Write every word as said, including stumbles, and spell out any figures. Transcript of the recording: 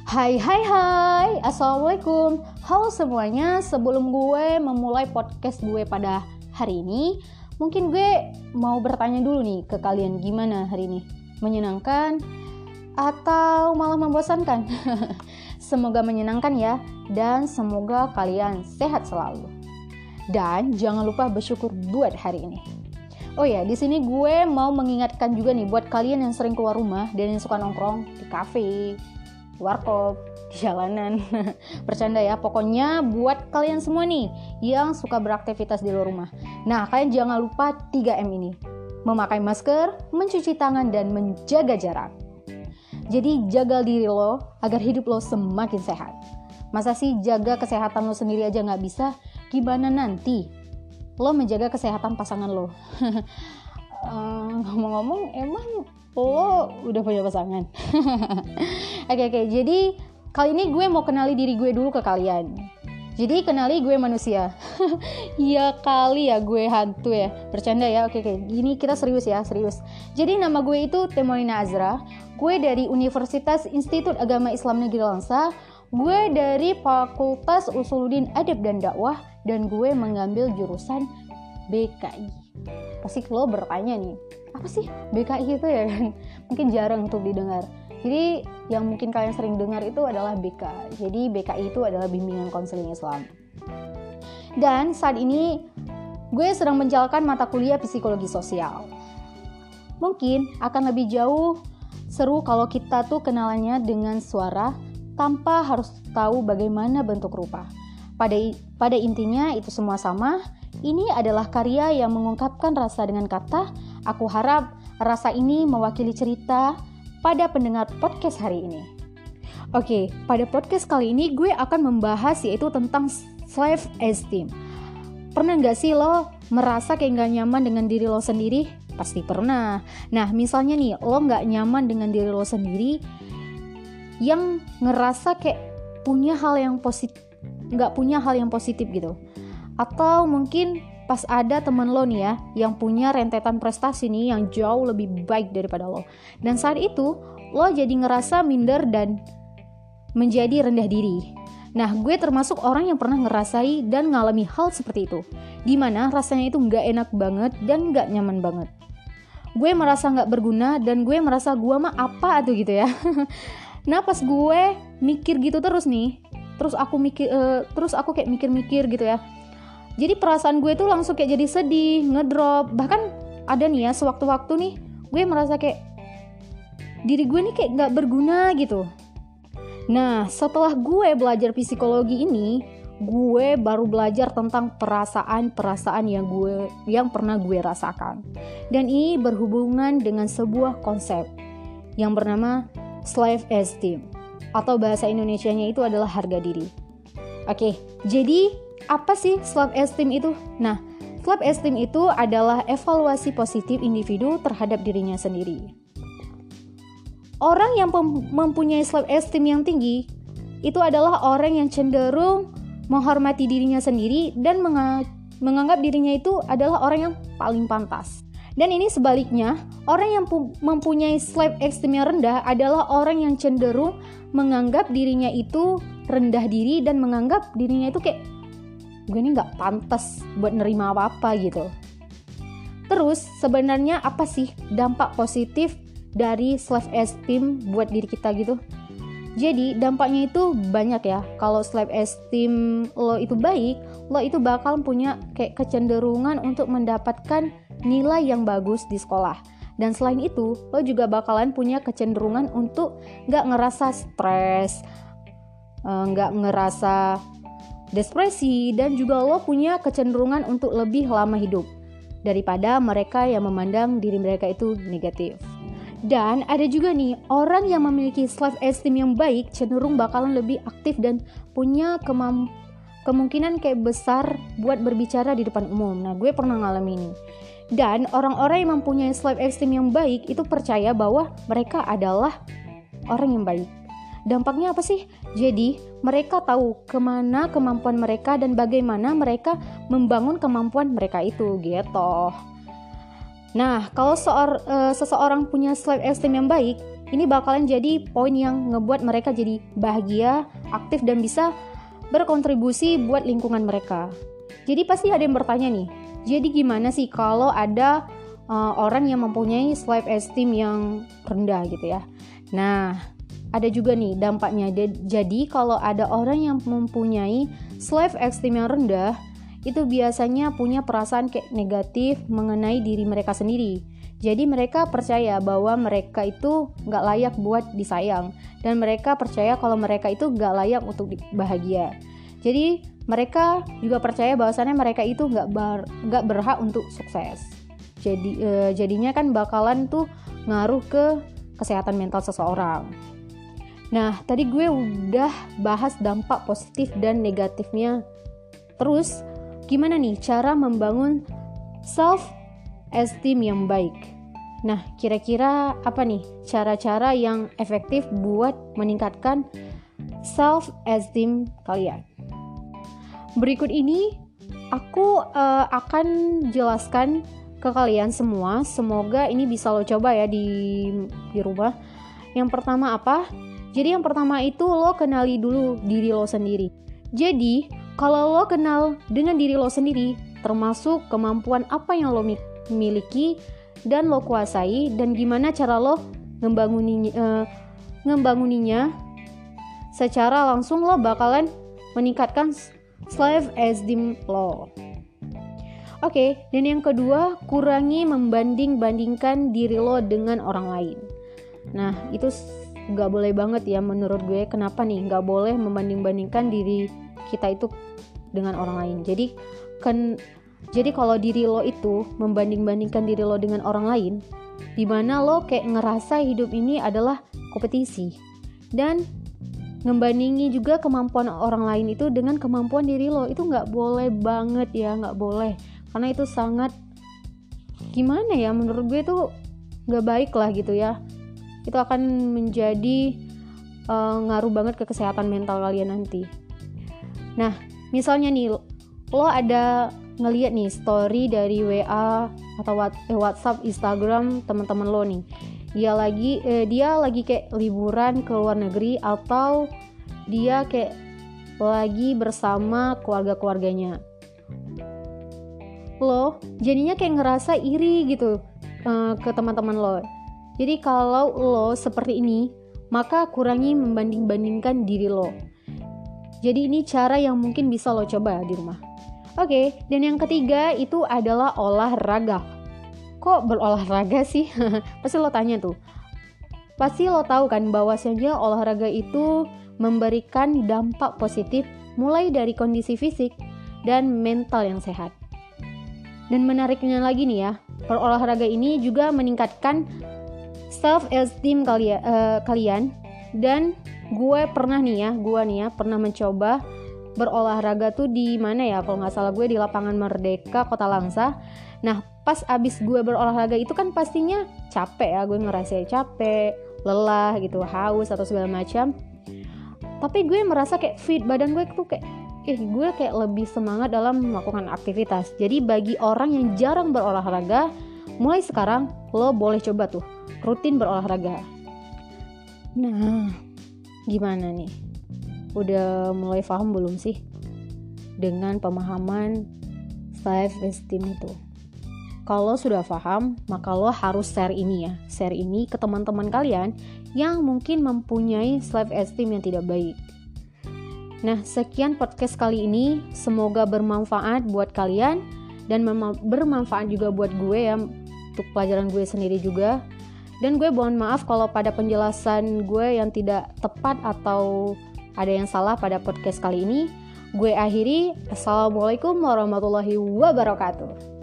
Hai hai hai, Assalamualaikum. Halo semuanya, sebelum gue memulai podcast gue pada hari ini, mungkin gue mau bertanya dulu nih ke kalian, gimana hari ini? Menyenangkan atau malah membosankan? Semoga menyenangkan ya, dan semoga kalian sehat selalu. Dan jangan lupa bersyukur buat hari ini. Oh ya, di sini gue mau mengingatkan juga nih buat kalian yang sering keluar rumah dan yang suka nongkrong di kafe, warkop, di jalanan. Bercanda ya, pokoknya buat kalian semua nih yang suka beraktivitas di luar rumah. Nah, kalian jangan lupa tiga M ini. Memakai masker, mencuci tangan, dan menjaga jarak. Jadi jaga diri lo agar hidup lo semakin sehat. Masa sih jaga kesehatan lo sendiri aja gak bisa? Gimana nanti lo menjaga kesehatan pasangan lo? uh, ngomong-ngomong emang lo udah punya pasangan? Oke oke, jadi kali ini gue mau kenali diri gue dulu ke kalian. Jadi kenali gue manusia. Ya kali ya gue hantu ya. Bercanda ya. Oke oke. Ini kita serius ya, serius. Jadi nama gue itu Temolina Azra. Gue dari Universitas Institut Agama Islam Negeri Langsa. Gue dari Fakultas Usuluddin Adab dan Dakwah, dan gue mengambil jurusan B K I. Pasti lo bertanya nih, apa sih B K I itu ya kan? Mungkin jarang untuk didengar. Jadi yang mungkin kalian sering dengar itu adalah B K. Jadi B K I itu adalah bimbingan konseling Islam. Dan saat ini gue sedang menjalankan mata kuliah psikologi sosial. Mungkin akan lebih jauh seru kalau kita tuh kenalannya dengan suara tanpa harus tahu bagaimana bentuk rupa. Pada pada intinya itu semua sama. Ini adalah karya yang mengungkapkan rasa dengan kata. Aku harap rasa ini mewakili cerita pada pendengar podcast hari ini. Oke, pada podcast kali ini gue akan membahas yaitu tentang self-esteem. Pernah gak sih lo merasa kayak gak nyaman dengan diri lo sendiri? Pasti pernah. Nah, misalnya nih, lo gak nyaman dengan diri lo sendiri, yang ngerasa kayak punya hal yang positif, gak punya hal yang positif gitu. Atau mungkin pas ada teman lo nih ya, yang punya rentetan prestasi nih yang jauh lebih baik daripada lo. Dan saat itu, lo jadi ngerasa minder dan menjadi rendah diri. Nah, gue termasuk orang yang pernah ngerasai dan ngalami hal seperti itu. Dimana rasanya itu gak enak banget dan gak nyaman banget. Gue merasa gak berguna dan gue merasa gue mah apa tuh gitu ya. Nah, pas gue mikir gitu terus nih, terus aku mikir, uh, terus aku kayak mikir-mikir gitu ya. Jadi perasaan gue tuh langsung kayak jadi sedih, ngedrop. Bahkan ada nih ya, sewaktu-waktu nih gue merasa kayak diri gue nih kayak gak berguna gitu. Nah, setelah gue belajar psikologi ini, gue baru belajar tentang perasaan-perasaan yang gue yang pernah gue rasakan. Dan ini berhubungan dengan sebuah konsep yang bernama self-esteem, atau bahasa Indonesianya itu adalah harga diri. Oke, jadi apa sih self-esteem itu? Nah, self-esteem itu adalah evaluasi positif individu terhadap dirinya sendiri. Orang yang pem- mempunyai self-esteem yang tinggi itu adalah orang yang cenderung menghormati dirinya sendiri dan menga- menganggap dirinya itu adalah orang yang paling pantas. Dan ini sebaliknya, orang yang pu- mempunyai self-esteem yang rendah adalah orang yang cenderung menganggap dirinya itu rendah diri dan menganggap dirinya itu kayak gue ini gak pantas buat nerima apa-apa gitu. Terus sebenarnya apa sih dampak positif dari self-esteem buat diri kita gitu? Jadi dampaknya itu banyak ya. Kalau self-esteem lo itu baik, lo itu bakal punya kayak kecenderungan untuk mendapatkan nilai yang bagus di sekolah. Dan selain itu, lo juga bakalan punya kecenderungan untuk gak ngerasa stres, gak ngerasa depresi, dan juga lo punya kecenderungan untuk lebih lama hidup daripada mereka yang memandang diri mereka itu negatif. Dan ada juga nih, orang yang memiliki self-esteem yang baik cenderung bakalan lebih aktif dan punya kemam- kemungkinan kayak besar buat berbicara di depan umum. Nah, gue pernah ngalamin ini. Dan orang-orang yang mempunyai self-esteem yang baik itu percaya bahwa mereka adalah orang yang baik. Dampaknya apa sih? Jadi, mereka tahu kemana kemampuan mereka dan bagaimana mereka membangun kemampuan mereka itu gitu. Nah, kalau seor, uh, seseorang punya self-esteem yang baik, ini bakalan jadi poin yang ngebuat mereka jadi bahagia, aktif, dan bisa berkontribusi buat lingkungan mereka. Jadi pasti ada yang bertanya nih, jadi gimana sih kalau ada uh, orang yang mempunyai self esteem yang rendah gitu ya. Nah, ada juga nih dampaknya. Jadi kalau ada orang yang mempunyai self esteem yang rendah, itu biasanya punya perasaan kayak negatif mengenai diri mereka sendiri. Jadi mereka percaya bahwa mereka itu gak layak buat disayang, dan mereka percaya kalau mereka itu gak layak untuk bahagia. Jadi mereka juga percaya bahwasannya mereka itu gak, bar, gak berhak untuk sukses. Jadi eh, jadinya kan bakalan tuh ngaruh ke kesehatan mental seseorang. Nah, tadi gue udah bahas dampak positif dan negatifnya. Terus, gimana nih cara membangun self-esteem yang baik? Nah, kira-kira apa nih cara-cara yang efektif buat meningkatkan self-esteem kalian? Berikut ini, aku uh, akan jelaskan ke kalian semua. Semoga ini bisa lo coba ya di, di rumah. Yang pertama apa? Jadi yang pertama itu lo kenali dulu diri lo sendiri. Jadi kalau lo kenal dengan diri lo sendiri, termasuk kemampuan apa yang lo miliki dan lo kuasai, dan gimana cara lo ngembanguninya, eh, ngembanguninya, secara langsung lo bakalan meningkatkan self-esteem lo. Oke, okay, dan yang kedua, kurangi membanding-bandingkan diri lo dengan orang lain. Nah, itu gak boleh banget ya menurut gue. Kenapa nih gak boleh membanding-bandingkan diri kita itu dengan orang lain? Jadi kan, jadi kalau diri lo itu membanding-bandingkan diri lo dengan orang lain, dimana lo kayak ngerasa hidup ini adalah kompetisi, dan ngebandingi juga kemampuan orang lain itu dengan kemampuan diri lo, itu gak boleh banget ya, gak boleh. Karena itu sangat gimana ya, menurut gue tuh gak baik lah gitu ya. Itu akan menjadi uh, ngaruh banget ke kesehatan mental kalian nanti. Nah, misalnya nih lo ada ngeliat nih story dari W A atau WhatsApp, Instagram teman-teman lo nih. Dia lagi eh, dia lagi kayak liburan ke luar negeri, atau dia kayak lagi bersama keluarga-keluarganya. Lo jadinya kayak ngerasa iri gitu uh, ke teman-teman lo. Jadi kalau lo seperti ini, maka kurangi membanding-bandingkan diri lo. Jadi ini cara yang mungkin bisa lo coba di rumah. Oke, dan yang ketiga itu adalah olahraga. Kok berolahraga sih? Pasti lo tanya tuh. Pasti lo tahu kan bahwasanya olahraga itu memberikan dampak positif mulai dari kondisi fisik dan mental yang sehat. Dan menariknya lagi nih ya, berolahraga ini juga meningkatkan self-esteem kalian, uh, kalian dan gue pernah nih ya, gue nih ya pernah mencoba berolahraga tuh di mana ya, kalau nggak salah gue di lapangan Merdeka Kota Langsa. Nah pas abis gue berolahraga itu kan pastinya capek ya, gue ngerasa capek, lelah gitu, haus atau segala macam. Tapi gue merasa kayak fit, badan gue tuh kayak eh gue kayak lebih semangat dalam melakukan aktivitas. Jadi bagi orang yang jarang berolahraga, mulai sekarang lo boleh coba tuh rutin berolahraga. Nah, gimana nih? Udah mulai paham belum sih dengan pemahaman self-esteem itu? Kalau sudah paham, maka lo harus share ini ya. Share ini ke teman-teman kalian yang mungkin mempunyai self-esteem yang tidak baik. Nah, sekian podcast kali ini. Semoga bermanfaat buat kalian dan mem- bermanfaat juga buat gue ya, untuk pelajaran gue sendiri juga. Dan gue mohon maaf kalau pada penjelasan gue yang tidak tepat atau ada yang salah pada podcast kali ini. Gue akhiri. Assalamualaikum warahmatullahi wabarakatuh.